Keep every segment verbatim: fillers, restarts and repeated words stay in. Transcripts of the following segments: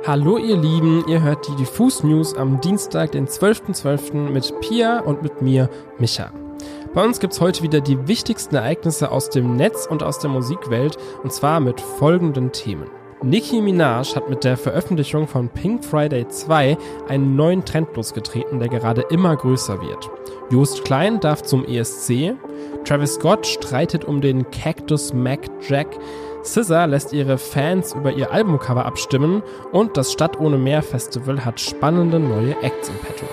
Hallo ihr Lieben, ihr hört die Diffus News am Dienstag, den zwölften zwölften mit Pia und mit mir, Micha. Bei uns gibt's heute wieder die wichtigsten Ereignisse aus dem Netz und aus der Musikwelt, und zwar mit folgenden Themen. Nicki Minaj hat mit der Veröffentlichung von Pink Friday zwei einen neuen Trend losgetreten, der gerade immer größer wird. Joost Klein darf zum E S C, Travis Scott streitet um den Cactus Mac Jack, S Z A lässt ihre Fans über ihr Albumcover abstimmen und das Stadt ohne Meer Festival hat spannende neue Acts im Petto.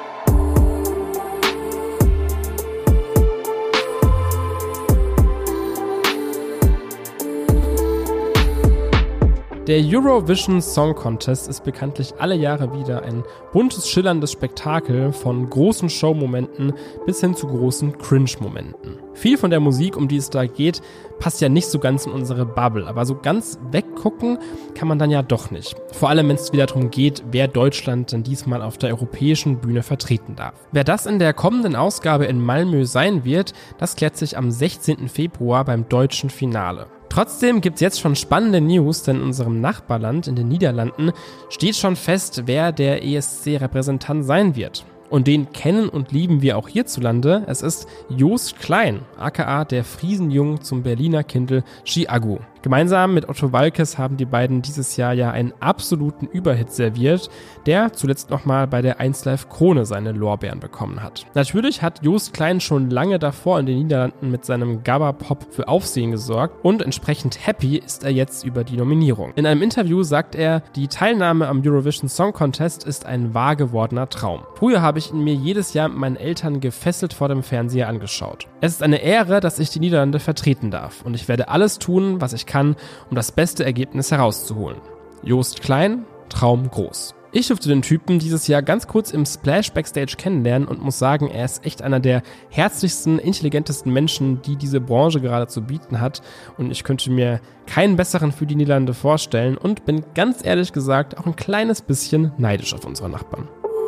Der Eurovision Song Contest ist bekanntlich alle Jahre wieder ein buntes, schillerndes Spektakel von großen Showmomenten bis hin zu großen Cringe-Momenten. Viel von der Musik, um die es da geht, passt ja nicht so ganz in unsere Bubble, aber so ganz weggucken kann man dann ja doch nicht. Vor allem, wenn es wieder darum geht, wer Deutschland denn diesmal auf der europäischen Bühne vertreten darf. Wer das in der kommenden Ausgabe in Malmö sein wird, das klärt sich am sechzehnten Februar beim deutschen Finale. Trotzdem gibt's jetzt schon spannende News, denn in unserem Nachbarland, in den Niederlanden, steht schon fest, wer der E S C-Repräsentant sein wird. Und den kennen und lieben wir auch hierzulande. Es ist Joost Klein, aka der Friesenjung zum Berliner Kindl Chiago. Gemeinsam mit Otto Waalkes haben die beiden dieses Jahr ja einen absoluten Überhit serviert, der zuletzt nochmal bei der eins Live Krone seine Lorbeeren bekommen hat. Natürlich hat Joost Klein schon lange davor in den Niederlanden mit seinem Gabba-Pop für Aufsehen gesorgt und entsprechend happy ist er jetzt über die Nominierung. In einem Interview sagt er, die Teilnahme am Eurovision Song Contest ist ein wahr gewordener Traum. Früher habe ich ihn mir jedes Jahr mit meinen Eltern gefesselt vor dem Fernseher angeschaut. Es ist eine Ehre, dass ich die Niederlande vertreten darf und ich werde alles tun, was ich kann, um das beste Ergebnis herauszuholen. Joost Klein, Traum groß. Ich durfte den Typen dieses Jahr ganz kurz im Splash Backstage kennenlernen und muss sagen, er ist echt einer der herzlichsten, intelligentesten Menschen, die diese Branche gerade zu bieten hat, und ich könnte mir keinen besseren für die Niederlande vorstellen und bin ganz ehrlich gesagt auch ein kleines bisschen neidisch auf unsere Nachbarn.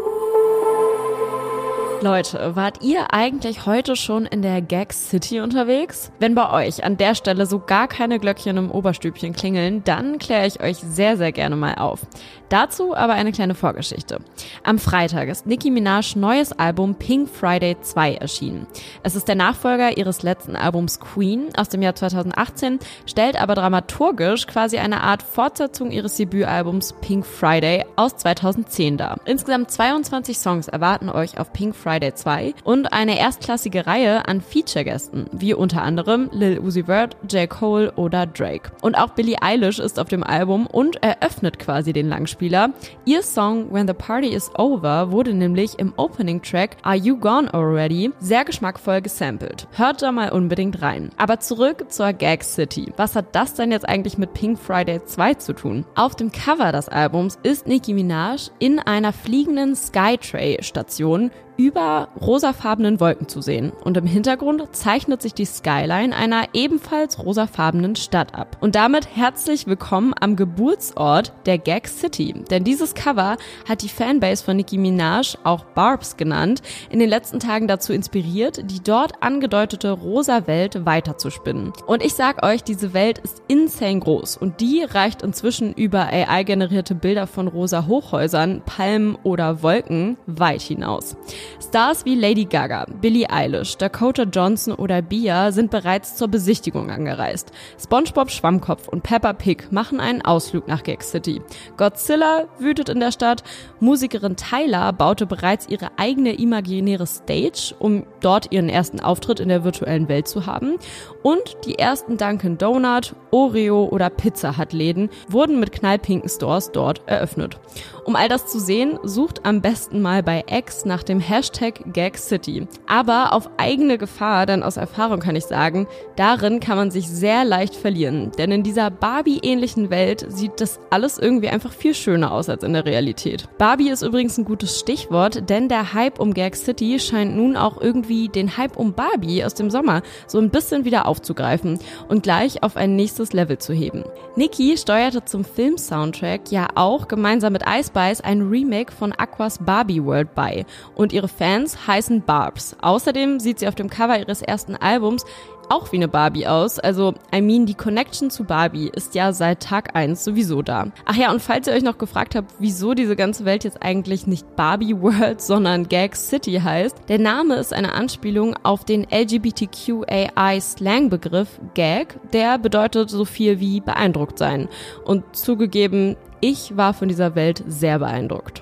Leute, wart ihr eigentlich heute schon in der Gag City unterwegs? Wenn bei euch an der Stelle so gar keine Glöckchen im Oberstübchen klingeln, dann kläre ich euch sehr, sehr gerne mal auf. Dazu aber eine kleine Vorgeschichte. Am Freitag ist Nicki Minajs neues Album Pink Friday zwei erschienen. Es ist der Nachfolger ihres letzten Albums Queen aus dem Jahr zweitausendachtzehn, stellt aber dramaturgisch quasi eine Art Fortsetzung ihres Debütalbums Pink Friday aus zweitausendzehn dar. Insgesamt zweiundzwanzig Songs erwarten euch auf Pink Friday zwei und eine erstklassige Reihe an Feature-Gästen, wie unter anderem Lil Uzi Vert, J. Cole oder Drake. Und auch Billie Eilish ist auf dem Album und eröffnet quasi den Langspieler. Ihr Song When the Party is Over wurde nämlich im Opening-Track Are You Gone Already sehr geschmackvoll gesampelt. Hört da mal unbedingt rein. Aber zurück zur Gag City. Was hat das denn jetzt eigentlich mit Pink Friday zwei zu tun? Auf dem Cover des Albums ist Nicki Minaj in einer fliegenden Skytray-Station über rosafarbenen Wolken zu sehen. Und im Hintergrund zeichnet sich die Skyline einer ebenfalls rosafarbenen Stadt ab. Und damit herzlich willkommen am Geburtsort der Gag City. Denn dieses Cover hat die Fanbase von Nicki Minaj, auch Barbs genannt, in den letzten Tagen dazu inspiriert, die dort angedeutete rosa Welt weiterzuspinnen. Und ich sag euch, diese Welt ist insane groß und die reicht inzwischen über A I-generierte Bilder von rosa Hochhäusern, Palmen oder Wolken weit hinaus. Stars wie Lady Gaga, Billie Eilish, Dakota Johnson oder Bia sind bereits zur Besichtigung angereist. SpongeBob Schwammkopf und Peppa Pig machen einen Ausflug nach Gag City. Godzilla wütet in der Stadt. Musikerin Tyla baute bereits ihre eigene imaginäre Stage, um dort ihren ersten Auftritt in der virtuellen Welt zu haben. Und die ersten Dunkin' Donut, Oreo oder Pizza Hut Läden wurden mit knallpinken Stores dort eröffnet. Um all das zu sehen, sucht am besten mal bei X nach dem Hashtag Gag City. Aber auf eigene Gefahr, denn aus Erfahrung kann ich sagen, darin kann man sich sehr leicht verlieren. Denn in dieser Barbie-ähnlichen Welt sieht das alles irgendwie einfach viel schöner aus als in der Realität. Barbie ist übrigens ein gutes Stichwort, denn der Hype um Gag City scheint nun auch irgendwie den Hype um Barbie aus dem Sommer so ein bisschen wieder aufzugreifen und gleich auf ein nächstes Level zu heben. Nicki steuerte zum Film-Soundtrack ja auch gemeinsam mit Ice Spice ein Remake von Aquas Barbie World bei und ihre Fans heißen Barbs. Außerdem sieht sie auf dem Cover ihres ersten Albums auch wie eine Barbie aus. Also, I mean, die Connection zu Barbie ist ja seit Tag eins sowieso da. Ach ja, und falls ihr euch noch gefragt habt, wieso diese ganze Welt jetzt eigentlich nicht Barbie World, sondern Gag City heißt, der Name ist eine Anspielung auf den L G B T Q A I-Slang-Begriff Gag, der bedeutet so viel wie beeindruckt sein. Und zugegeben, ich war von dieser Welt sehr beeindruckt.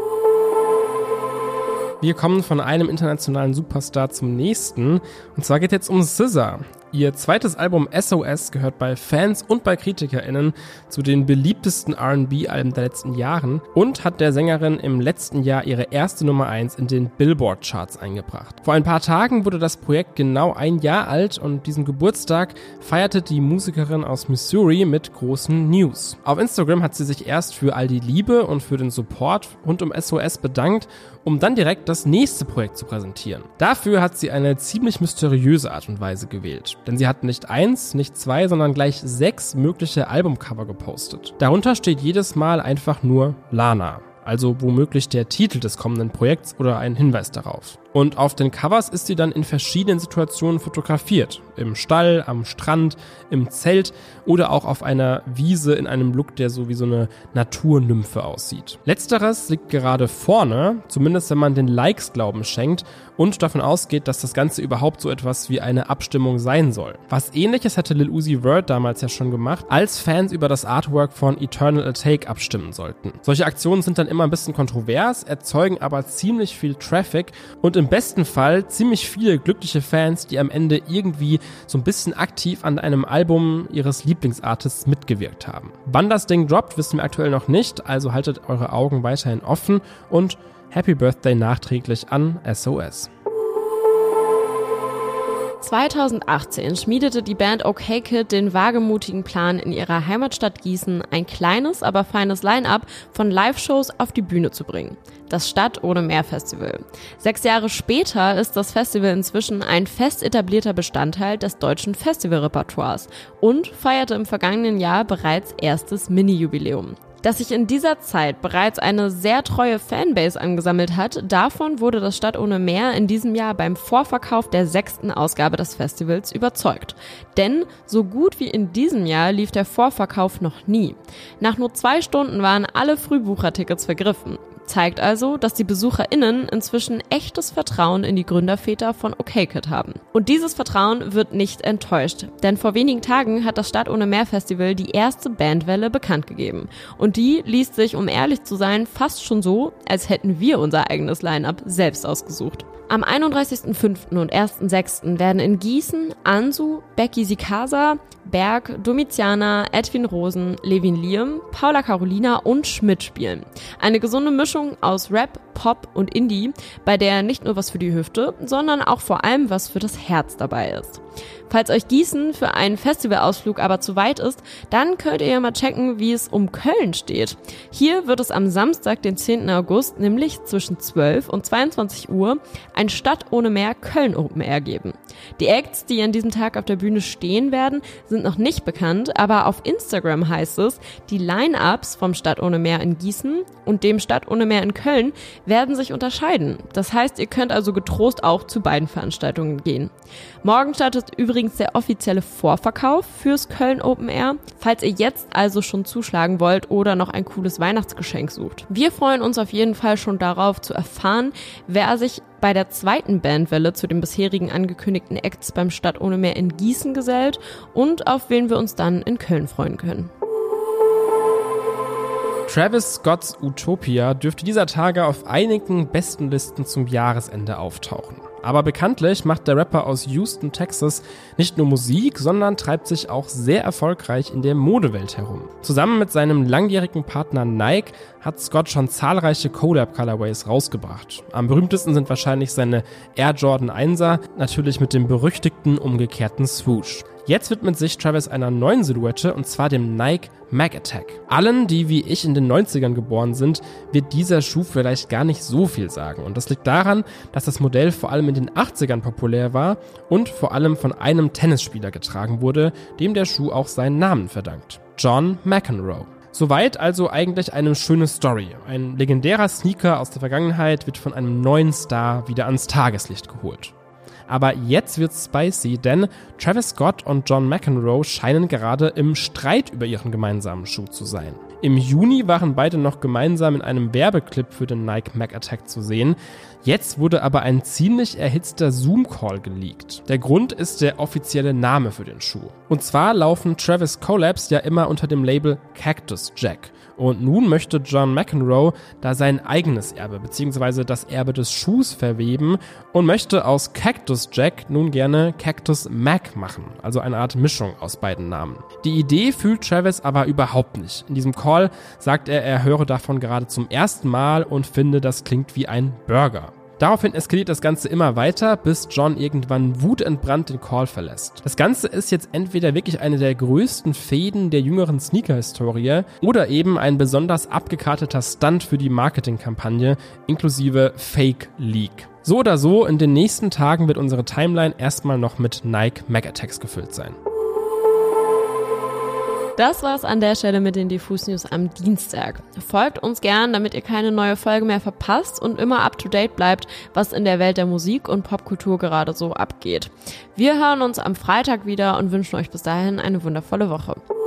Wir kommen von einem internationalen Superstar zum nächsten. Und zwar geht es jetzt um S Z A. Ihr zweites Album S O S gehört bei Fans und bei KritikerInnen zu den beliebtesten R and B-Alben der letzten Jahren und hat der Sängerin im letzten Jahr ihre erste Nummer eins in den Billboard-Charts eingebracht. Vor ein paar Tagen wurde das Projekt genau ein Jahr alt und diesen Geburtstag feierte die Musikerin aus Missouri mit großen News. Auf Instagram hat sie sich erst für all die Liebe und für den Support rund um S O S bedankt, um dann direkt das nächste Projekt zu präsentieren. Dafür hat sie eine ziemlich mysteriöse Art und Weise gewählt. Denn sie hat nicht eins, nicht zwei, sondern gleich sechs mögliche Albumcover gepostet. Darunter steht jedes Mal einfach nur Lana. Also womöglich der Titel des kommenden Projekts oder ein Hinweis darauf. Und auf den Covers ist sie dann in verschiedenen Situationen fotografiert. Im Stall, am Strand, im Zelt oder auch auf einer Wiese in einem Look, der so wie so eine Naturnymphe aussieht. Letzteres liegt gerade vorne, zumindest wenn man den Likes Glauben schenkt und davon ausgeht, dass das Ganze überhaupt so etwas wie eine Abstimmung sein soll. Was Ähnliches hatte Lil Uzi Vert damals ja schon gemacht, als Fans über das Artwork von Eternal Atake abstimmen sollten. Solche Aktionen sind dann immer ein bisschen kontrovers, erzeugen aber ziemlich viel Traffic und im besten Fall ziemlich viele glückliche Fans, die am Ende irgendwie so ein bisschen aktiv an einem Album ihres Lieblingsartists mitgewirkt haben. Wann das Ding droppt, wissen wir aktuell noch nicht, also haltet eure Augen weiterhin offen und Happy Birthday nachträglich an S O S. zweitausendachtzehn schmiedete die Band OkKid den wagemutigen Plan, in ihrer Heimatstadt Gießen ein kleines, aber feines Line-Up von Live-Shows auf die Bühne zu bringen. Das Stadt ohne Meer Festival. Sechs Jahre später ist das Festival inzwischen ein fest etablierter Bestandteil des deutschen Festivalrepertoires und feierte im vergangenen Jahr bereits erstes Mini-Jubiläum. Dass sich in dieser Zeit bereits eine sehr treue Fanbase angesammelt hat, davon wurde das Stadt ohne Meer in diesem Jahr beim Vorverkauf der sechsten Ausgabe des Festivals überzeugt. Denn so gut wie in diesem Jahr lief der Vorverkauf noch nie. Nach nur zwei Stunden waren alle Frühbuchertickets vergriffen. Zeigt also, dass die BesucherInnen inzwischen echtes Vertrauen in die Gründerväter von OkKid haben. Und dieses Vertrauen wird nicht enttäuscht, denn vor wenigen Tagen hat das Stadt ohne Meer Festival die erste Bandwelle bekannt gegeben. Und die liest sich, um ehrlich zu sein, fast schon so, als hätten wir unser eigenes Line-Up selbst ausgesucht. Am einunddreißigsten fünften und ersten sechsten werden in Gießen Ansu, Becky Sikasa, Berg, Domitiana, Edwin Rosen, Levin Liam, Paula Carolina und Schmidt spielen. Eine gesunde Mischung aus Rap, Pop und Indie, bei der nicht nur was für die Hüfte, sondern auch vor allem was für das Herz dabei ist. Falls euch Gießen für einen Festivalausflug aber zu weit ist, dann könnt ihr ja mal checken, wie es um Köln steht. Hier wird es am Samstag, den zehnten August, nämlich zwischen zwölf und zweiundzwanzig Uhr, ein Stadt ohne Meer Köln Open Air geben. Die Acts, die an diesem Tag auf der Bühne stehen werden, sind noch nicht bekannt, aber auf Instagram heißt es, die Line-Ups vom Stadt ohne Meer in Gießen und dem Stadt ohne Meer in Köln werden sich unterscheiden. Das heißt, ihr könnt also getrost auch zu beiden Veranstaltungen gehen. Morgen startet übrigens der offizielle Vorverkauf fürs Köln Open Air, falls ihr jetzt also schon zuschlagen wollt oder noch ein cooles Weihnachtsgeschenk sucht. Wir freuen uns auf jeden Fall schon darauf zu erfahren, wer sich bei der zweiten Bandwelle zu den bisherigen angekündigten Acts beim Stadt ohne Meer in Gießen gesellt und auf wen wir uns dann in Köln freuen können. Travis Scott's Utopia dürfte dieser Tage auf einigen Bestenlisten zum Jahresende auftauchen. Aber bekanntlich macht der Rapper aus Houston, Texas nicht nur Musik, sondern treibt sich auch sehr erfolgreich in der Modewelt herum. Zusammen mit seinem langjährigen Partner Nike hat Scott schon zahlreiche Collab-Colorways rausgebracht. Am berühmtesten sind wahrscheinlich seine Air Jordan Einser, natürlich mit dem berüchtigten umgekehrten Swoosh. Jetzt widmet sich Travis einer neuen Silhouette, und zwar dem Nike Mag Attack. Allen, die wie ich in den neunzigern geboren sind, wird dieser Schuh vielleicht gar nicht so viel sagen. Und das liegt daran, dass das Modell vor allem in den achtzigern populär war und vor allem von einem Tennisspieler getragen wurde, dem der Schuh auch seinen Namen verdankt: John McEnroe. Soweit also eigentlich eine schöne Story. Ein legendärer Sneaker aus der Vergangenheit wird von einem neuen Star wieder ans Tageslicht geholt. Aber jetzt wird's spicy, denn Travis Scott und John McEnroe scheinen gerade im Streit über ihren gemeinsamen Schuh zu sein. Im Juni waren beide noch gemeinsam in einem Werbeclip für den Nike Mac Attack zu sehen. Jetzt wurde aber ein ziemlich erhitzter Zoom-Call geleakt. Der Grund ist der offizielle Name für den Schuh. Und zwar laufen Travis Collabs ja immer unter dem Label Cactus Jack. Und nun möchte John McEnroe da sein eigenes Erbe bzw. das Erbe des Schuhs verweben und möchte aus Cactus Jack nun gerne Cactus Mac machen, also eine Art Mischung aus beiden Namen. Die Idee fühlt Travis aber überhaupt nicht. In diesem Call sagt er, er höre davon gerade zum ersten Mal und finde, das klingt wie ein Burger. Daraufhin eskaliert das Ganze immer weiter, bis John irgendwann wutentbrannt den Call verlässt. Das Ganze ist jetzt entweder wirklich eine der größten Fäden der jüngeren Sneaker-Historie oder eben ein besonders abgekarteter Stunt für die Marketingkampagne inklusive Fake-Leak. So oder so, in den nächsten Tagen wird unsere Timeline erstmal noch mit Nike Mac Attacks gefüllt sein. Das war's an der Stelle mit den Diffus News am Dienstag. Folgt uns gern, damit ihr keine neue Folge mehr verpasst und immer up to date bleibt, was in der Welt der Musik und Popkultur gerade so abgeht. Wir hören uns am Freitag wieder und wünschen euch bis dahin eine wundervolle Woche.